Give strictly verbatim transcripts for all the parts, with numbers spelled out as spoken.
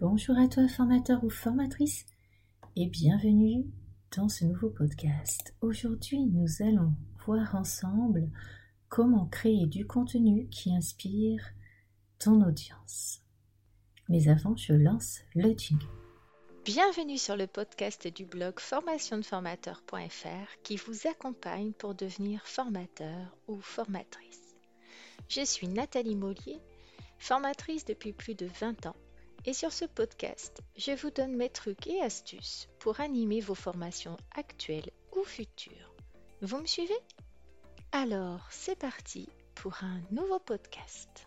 Bonjour à toi formateur ou formatrice et bienvenue dans ce nouveau podcast. Aujourd'hui, nous allons voir ensemble comment créer du contenu qui inspire ton audience. Mais avant, je lance le jingle. Bienvenue sur le podcast du blog formation de formateur point f r qui vous accompagne pour devenir formateur ou formatrice. Je suis Nathalie Mollier, formatrice depuis plus de vingt ans. Et sur ce podcast, je vous donne mes trucs et astuces pour animer vos formations actuelles ou futures. Vous me suivez ? Alors, c'est parti pour un nouveau podcast.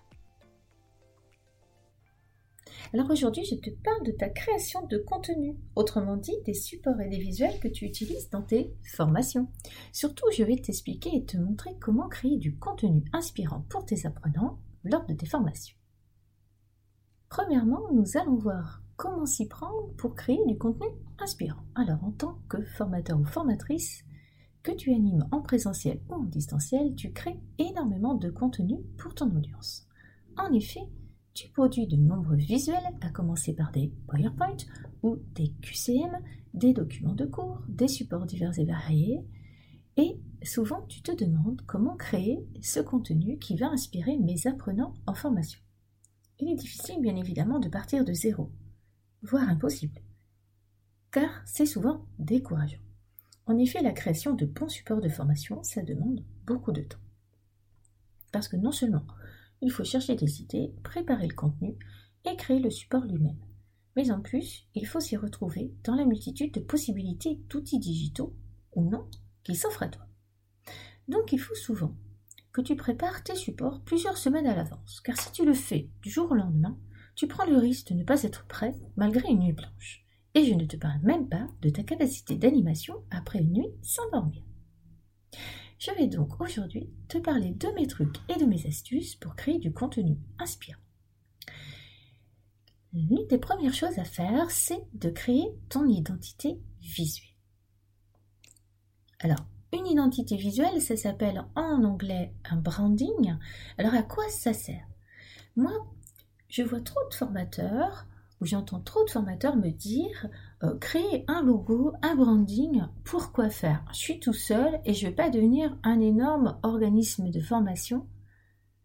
Alors aujourd'hui, je te parle de ta création de contenu, autrement dit des supports et des visuels que tu utilises dans tes formations. Surtout, je vais t'expliquer et te montrer comment créer du contenu inspirant pour tes apprenants lors de tes formations. Premièrement, nous allons voir comment s'y prendre pour créer du contenu inspirant. Alors, en tant que formateur ou formatrice, que tu animes en présentiel ou en distanciel, tu crées énormément de contenu pour ton audience. En effet, tu produis de nombreux visuels, à commencer par des PowerPoint ou des Q C M, des documents de cours, des supports divers et variés, et souvent tu te demandes comment créer ce contenu qui va inspirer mes apprenants en formation. Il est difficile, bien évidemment, de partir de zéro, voire impossible, car c'est souvent décourageant. En effet, la création de bons supports de formation, ça demande beaucoup de temps. Parce que non seulement il faut chercher des idées, préparer le contenu et créer le support lui-même, mais en plus, il faut s'y retrouver dans la multitude de possibilités d'outils digitaux ou non qui s'offrent à toi. Donc, il faut souvent que tu prépares tes supports plusieurs semaines à l'avance, car si tu le fais du jour au lendemain, tu prends le risque de ne pas être prêt malgré une nuit blanche. Et je ne te parle même pas de ta capacité d'animation après une nuit sans dormir. Je vais donc aujourd'hui te parler de mes trucs et de mes astuces pour créer du contenu inspirant. L'une des premières choses à faire, c'est de créer ton identité visuelle. Alors, une identité visuelle, ça s'appelle en anglais un branding. Alors, à quoi ça sert ? Moi, je vois trop de formateurs, ou j'entends trop de formateurs me dire euh, « créer un logo, un branding, pourquoi faire ? Je suis tout seul et je ne vais pas devenir un énorme organisme de formation. Euh, »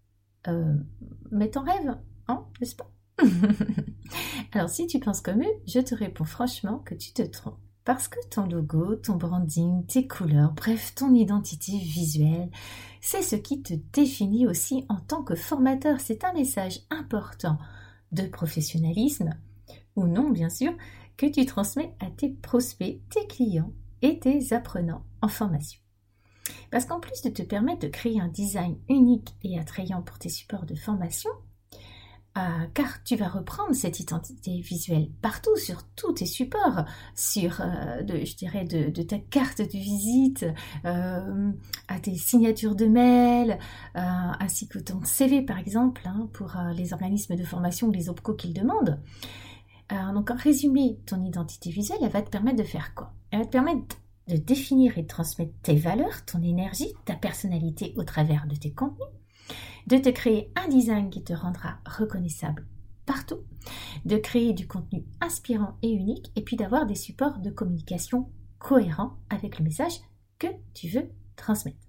Mais t'en rêves, hein, n'est-ce pas ? Alors, si tu penses comme eux, je te réponds franchement que tu te trompes. Parce que ton logo, ton branding, tes couleurs, bref, ton identité visuelle, c'est ce qui te définit aussi en tant que formateur. C'est un message important de professionnalisme, ou non bien sûr, que tu transmets à tes prospects, tes clients et tes apprenants en formation. Parce qu'en plus de te permettre de créer un design unique et attrayant pour tes supports de formation, Euh, car tu vas reprendre cette identité visuelle partout, sur tous tes supports, sur, euh, de, je dirais, de, de ta carte de visite, euh, à tes signatures de mail, euh, ainsi que ton C V par exemple, hein, pour euh, les organismes de formation ou les OPCO qu'ils demandent. Euh, donc en résumé, ton identité visuelle, elle va te permettre de faire quoi ? Elle va te permettre de définir et de transmettre tes valeurs, ton énergie, ta personnalité au travers de tes contenus, de te créer un design qui te rendra reconnaissable partout, de créer du contenu inspirant et unique, et puis d'avoir des supports de communication cohérents avec le message que tu veux transmettre.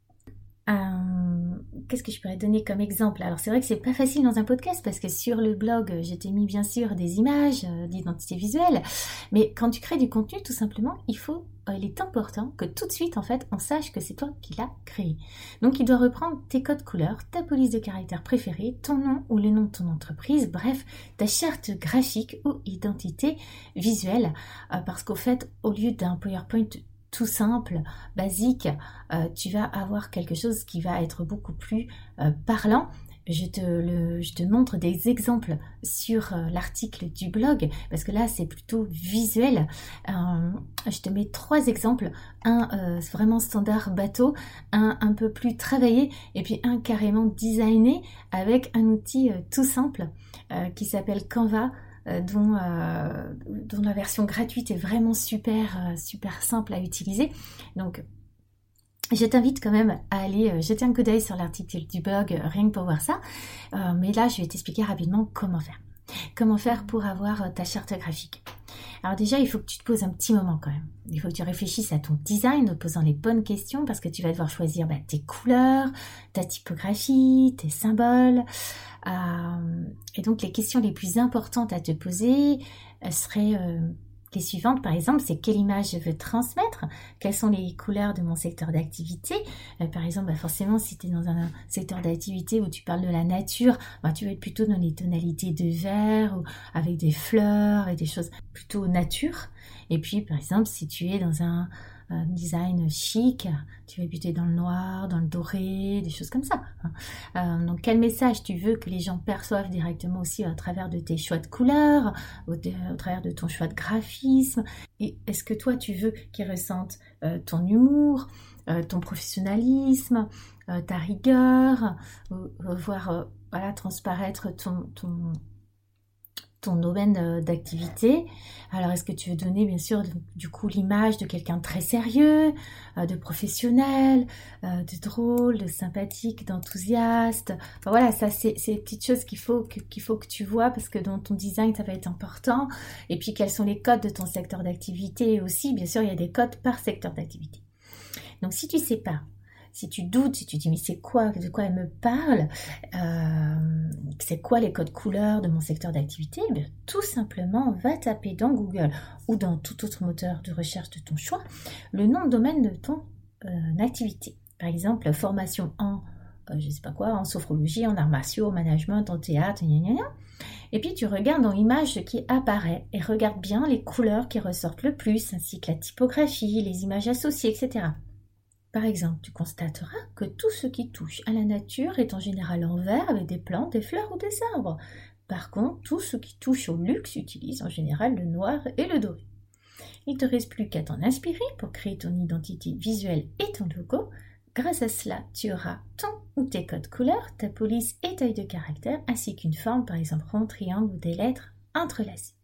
Euh, qu'est-ce que je pourrais donner comme exemple ? Alors c'est vrai que c'est pas facile dans un podcast parce que sur le blog, je t'ai mis bien sûr des images euh, d'identité visuelle, mais quand tu crées du contenu, tout simplement, il faut, euh, il est important que tout de suite en fait, on sache que c'est toi qui l'as créé. Donc il doit reprendre tes codes couleurs, ta police de caractère préférée, ton nom ou le nom de ton entreprise, bref, ta charte graphique ou identité visuelle, euh, parce qu'au fait, au lieu d'un PowerPoint tout simple, basique, euh, tu vas avoir quelque chose qui va être beaucoup plus euh, parlant. Je te, le, je te montre des exemples sur euh, l'article du blog, parce que là, c'est plutôt visuel. Euh, je te mets trois exemples. Un euh, vraiment standard bateau, un un peu plus travaillé, et puis un carrément designé avec un outil euh, tout simple euh, qui s'appelle Canva, Euh, dont, euh, dont la version gratuite est vraiment super, euh, super simple à utiliser. Donc, je t'invite quand même à aller euh, jeter un coup d'œil sur l'article du blog, euh, rien que pour voir ça. Euh, mais là, je vais t'expliquer rapidement comment faire. Comment faire pour avoir ta charte graphique? Alors déjà, il faut que tu te poses un petit moment quand même. Il faut que tu réfléchisses à ton design en te posant les bonnes questions parce que tu vas devoir choisir bah, tes couleurs, ta typographie, tes symboles. Euh, et donc, les questions les plus importantes à te poser euh, seraient euh, les suivantes. Par exemple, c'est quelle image je veux transmettre? Quelles sont les couleurs de mon secteur d'activité? euh, Par exemple, bah, forcément, si tu es dans un secteur d'activité où tu parles de la nature, bah, tu vas être plutôt dans les tonalités de vert ou avec des fleurs et des choses plutôt nature. Et puis, par exemple, si tu es dans un euh, design chic, tu vas plutôt dans le noir, dans le doré, des choses comme ça. Euh, donc, quel message tu veux que les gens perçoivent directement aussi à travers de tes choix de couleurs, au, de, au travers de ton choix de graphisme? Et est-ce que toi, tu veux qu'ils ressentent euh, ton humour, euh, ton professionnalisme, euh, ta rigueur, euh, voir euh, voilà, transparaître ton... ton ton domaine d'activité. Alors, est-ce que tu veux donner, bien sûr, du coup, l'image de quelqu'un de très sérieux, de professionnel, de drôle, de sympathique, d'enthousiaste? Enfin, voilà, ça, c'est, c'est des petites choses qu'il faut, que, qu'il faut que tu vois parce que dans ton design, ça va être important. Et puis, quels sont les codes de ton secteur d'activité aussi? Bien sûr, il y a des codes par secteur d'activité. Donc, si tu sais pas, si tu doutes, si tu dis mais c'est quoi, de quoi elle me parle, euh, c'est quoi les codes couleurs de mon secteur d'activité, eh bien, tout simplement va taper dans Google ou dans tout autre moteur de recherche de ton choix le nom de domaine de ton euh, activité. Par exemple, formation en, euh, je sais pas quoi, en sophrologie, en arts martiaux, en management, en théâtre, gna gna gna. Et puis tu regardes dans l'image ce qui apparaît et regarde bien les couleurs qui ressortent le plus, ainsi que la typographie, les images associées, et cetera. Par exemple, tu constateras que tout ce qui touche à la nature est en général en vert avec des plantes, des fleurs ou des arbres. Par contre, tout ce qui touche au luxe utilise en général le noir et le doré. Il ne te reste plus qu'à t'en inspirer pour créer ton identité visuelle et ton logo. Grâce à cela, tu auras ton ou tes codes couleurs, ta police et taille de caractère, ainsi qu'une forme, par exemple rond, triangle ou des lettres entrelacées.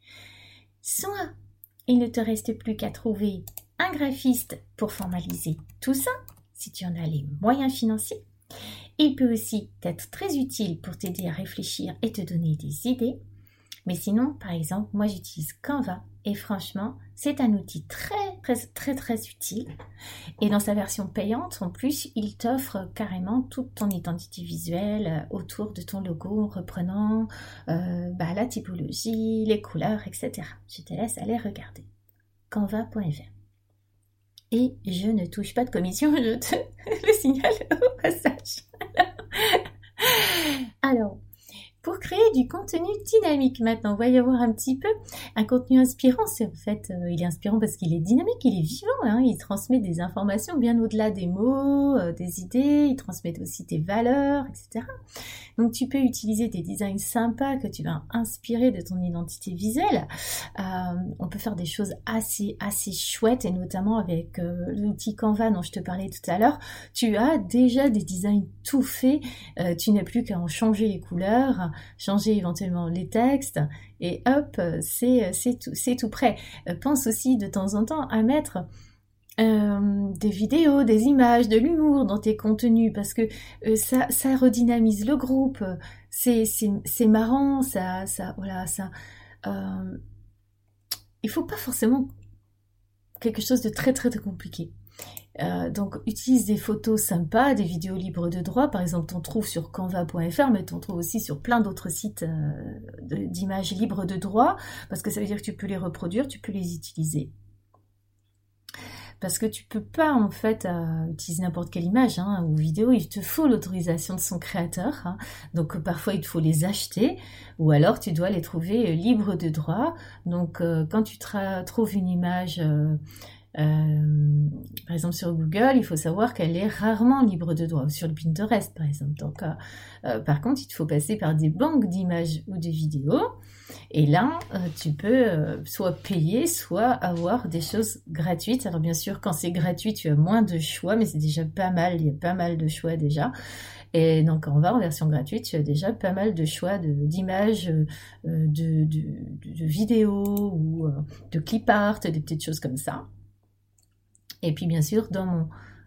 Soit il ne te reste plus qu'à trouver un graphiste pour formaliser tout ça, si tu en as les moyens financiers. Il peut aussi être très utile pour t'aider à réfléchir et te donner des idées. Mais sinon, par exemple, moi j'utilise Canva et franchement, c'est un outil très très très très utile. Et dans sa version payante, en plus, il t'offre carrément toute ton identité visuelle autour de ton logo en reprenant euh, bah, la typologie, les couleurs, et cetera. Je te laisse aller regarder. canva point f r. Et je ne touche pas de commission, je te le signale au passage. Alors, pour créer du contenu dynamique maintenant, on va y avoir un petit peu un contenu inspirant. C'est en fait, euh, il est inspirant parce qu'il est dynamique, il est vivant, hein, il transmet des informations bien au-delà des mots, euh, des idées, il transmet aussi tes valeurs, et cetera. Donc tu peux utiliser des designs sympas que tu vas inspirer de ton identité visuelle. Euh, on peut faire des choses assez assez chouettes et notamment avec euh, l'outil Canva dont je te parlais tout à l'heure. Tu as déjà des designs tout faits. Euh, tu n'as plus qu'à en changer les couleurs, changer éventuellement les textes et hop, c'est c'est tout c'est tout prêt. Euh, pense aussi de temps en temps à mettre Euh, des vidéos, des images, de l'humour dans tes contenus parce que euh, ça, ça redynamise le groupe, c'est, c'est, c'est marrant, ça, ça, voilà, ça. Euh, il faut pas forcément quelque chose de très très, très compliqué. Euh, donc utilise des photos sympas, des vidéos libres de droit, par exemple t'en trouves sur canva point f r, mais t'en trouves aussi sur plein d'autres sites euh, de, d'images libres de droit, parce que ça veut dire que tu peux les reproduire, tu peux les utiliser. Parce que tu peux pas en fait euh, utiliser n'importe quelle image hein, ou vidéo, il te faut l'autorisation de son créateur. Hein. Donc euh, parfois il te faut les acheter ou alors tu dois les trouver euh, libres de droit. Donc euh, quand tu tra- trouves une image, euh, euh, par exemple sur Google, il faut savoir qu'elle est rarement libre de droit, ou sur le Pinterest par exemple. Donc euh, euh, par contre il te faut passer par des banques d'images ou de vidéos. Et là, euh, tu peux euh, soit payer, soit avoir des choses gratuites. Alors bien sûr, quand c'est gratuit, tu as moins de choix, mais c'est déjà pas mal, il y a pas mal de choix déjà. Et donc, on va en version gratuite, tu as déjà pas mal de choix de, d'images, euh, de, de, de vidéos ou euh, de clip art, des petites choses comme ça. Et puis bien sûr, dans mon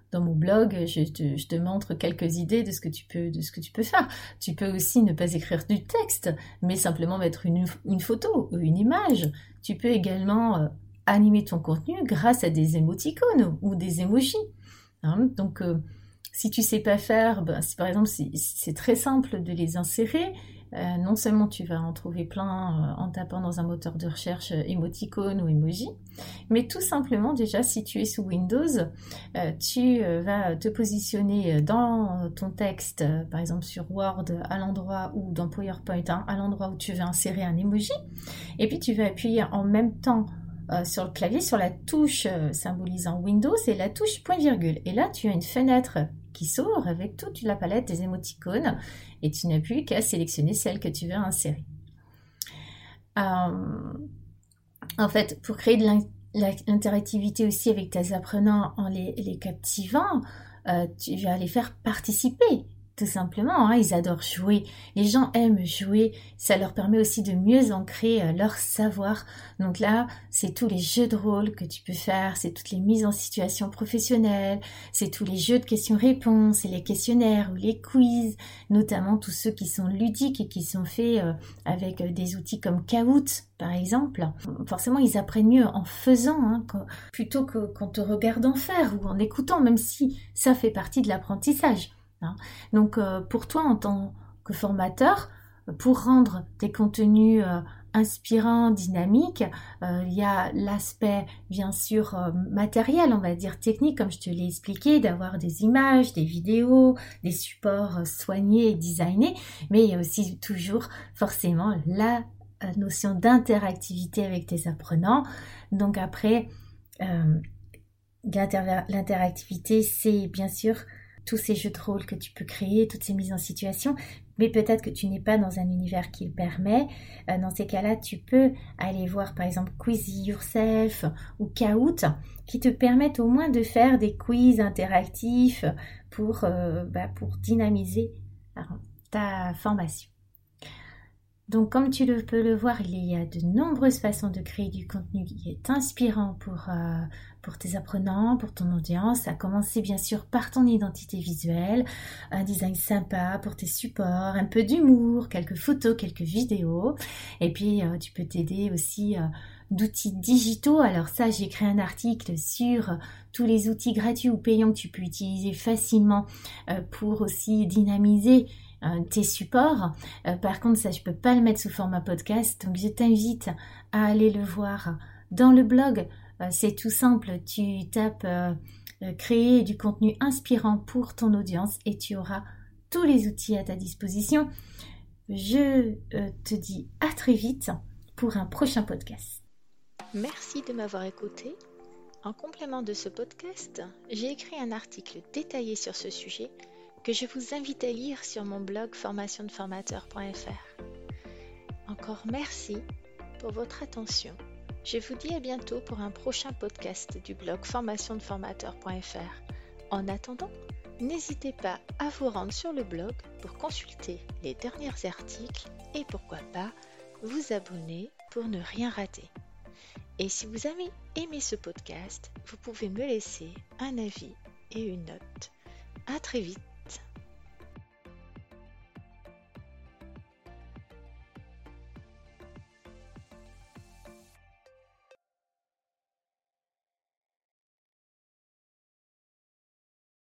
dans mon blog, je te, je te montre quelques idées de ce que tu peux, de ce que tu peux faire. Tu peux aussi ne pas écrire du texte, mais simplement mettre une, une photo ou une image. Tu peux également euh, animer ton contenu grâce à des émoticônes ou des emojis. Hein, donc, euh, si tu sais pas faire, ben, si, par exemple, c'est, c'est très simple de les insérer. Euh, non seulement tu vas en trouver plein euh, en tapant dans un moteur de recherche euh, émoticône ou emoji, mais tout simplement déjà si tu es sous Windows, euh, tu euh, vas te positionner dans ton texte, euh, par exemple sur Word à l'endroit ou dans PowerPoint hein, à l'endroit où tu vas insérer un emoji, et puis tu vas appuyer en même temps euh, sur le clavier sur la touche euh, symbolisant Windows et la touche point virgule, et là tu as une fenêtre qui s'ouvre avec toute la palette des émoticônes et tu n'as plus qu'à sélectionner celle que tu veux insérer. Euh, en fait, pour créer de l'interactivité aussi avec tes apprenants en les, les captivant, euh, tu vas les faire participer. Tout simplement, hein, ils adorent jouer. Les gens aiment jouer. Ça leur permet aussi de mieux ancrer euh, leur savoir. Donc là, c'est tous les jeux de rôle que tu peux faire, c'est toutes les mises en situation professionnelles, c'est tous les jeux de questions-réponses et les questionnaires ou les quiz, notamment tous ceux qui sont ludiques et qui sont faits euh, avec euh, des outils comme Kahoot, par exemple. Forcément, ils apprennent mieux en faisant, hein, plutôt qu'en te regardant faire ou en écoutant, même si ça fait partie de l'apprentissage. Hein. Donc euh, pour toi en tant que formateur, pour rendre tes contenus euh, inspirants, dynamiques, euh, il y a l'aspect bien sûr euh, matériel, on va dire technique, comme je te l'ai expliqué, d'avoir des images, des vidéos, des supports euh, soignés et designés, mais il y a aussi toujours forcément la euh, notion d'interactivité avec tes apprenants. Donc après, euh, l'inter- l'interactivité, c'est bien sûr tous ces jeux de rôle que tu peux créer, toutes ces mises en situation, mais peut-être que tu n'es pas dans un univers qui le permet. Euh, dans ces cas-là, tu peux aller voir par exemple Quiz Yourself ou Kahoot, qui te permettent au moins de faire des quiz interactifs pour, euh, bah, pour dynamiser ta formation. Donc, comme tu le peux le voir, il y a de nombreuses façons de créer du contenu qui est inspirant pour, euh, pour tes apprenants, pour ton audience. À commencer bien sûr par ton identité visuelle, un design sympa pour tes supports, un peu d'humour, quelques photos, quelques vidéos. Et puis, euh, tu peux t'aider aussi euh, d'outils digitaux. Alors ça, j'ai créé un article sur euh, tous les outils gratuits ou payants que tu peux utiliser facilement euh, pour aussi dynamiser tes supports. Euh, par contre, ça, je peux pas le mettre sous format podcast, donc je t'invite à aller le voir dans le blog. Euh, c'est tout simple, tu tapes euh, euh, créer du contenu inspirant pour ton audience et tu auras tous les outils à ta disposition. Je euh, te dis à très vite pour un prochain podcast. Merci de m'avoir écouté. En complément de ce podcast, j'ai écrit un article détaillé sur ce sujet que je vous invite à lire sur mon blog formation de formateur point f r. Encore merci pour votre attention. Je vous dis à bientôt pour un prochain podcast du blog formation de formateur point f r. En attendant, n'hésitez pas à vous rendre sur le blog pour consulter les derniers articles et pourquoi pas vous abonner pour ne rien rater. Et si vous avez aimé ce podcast, vous pouvez me laisser un avis et une note. À très vite.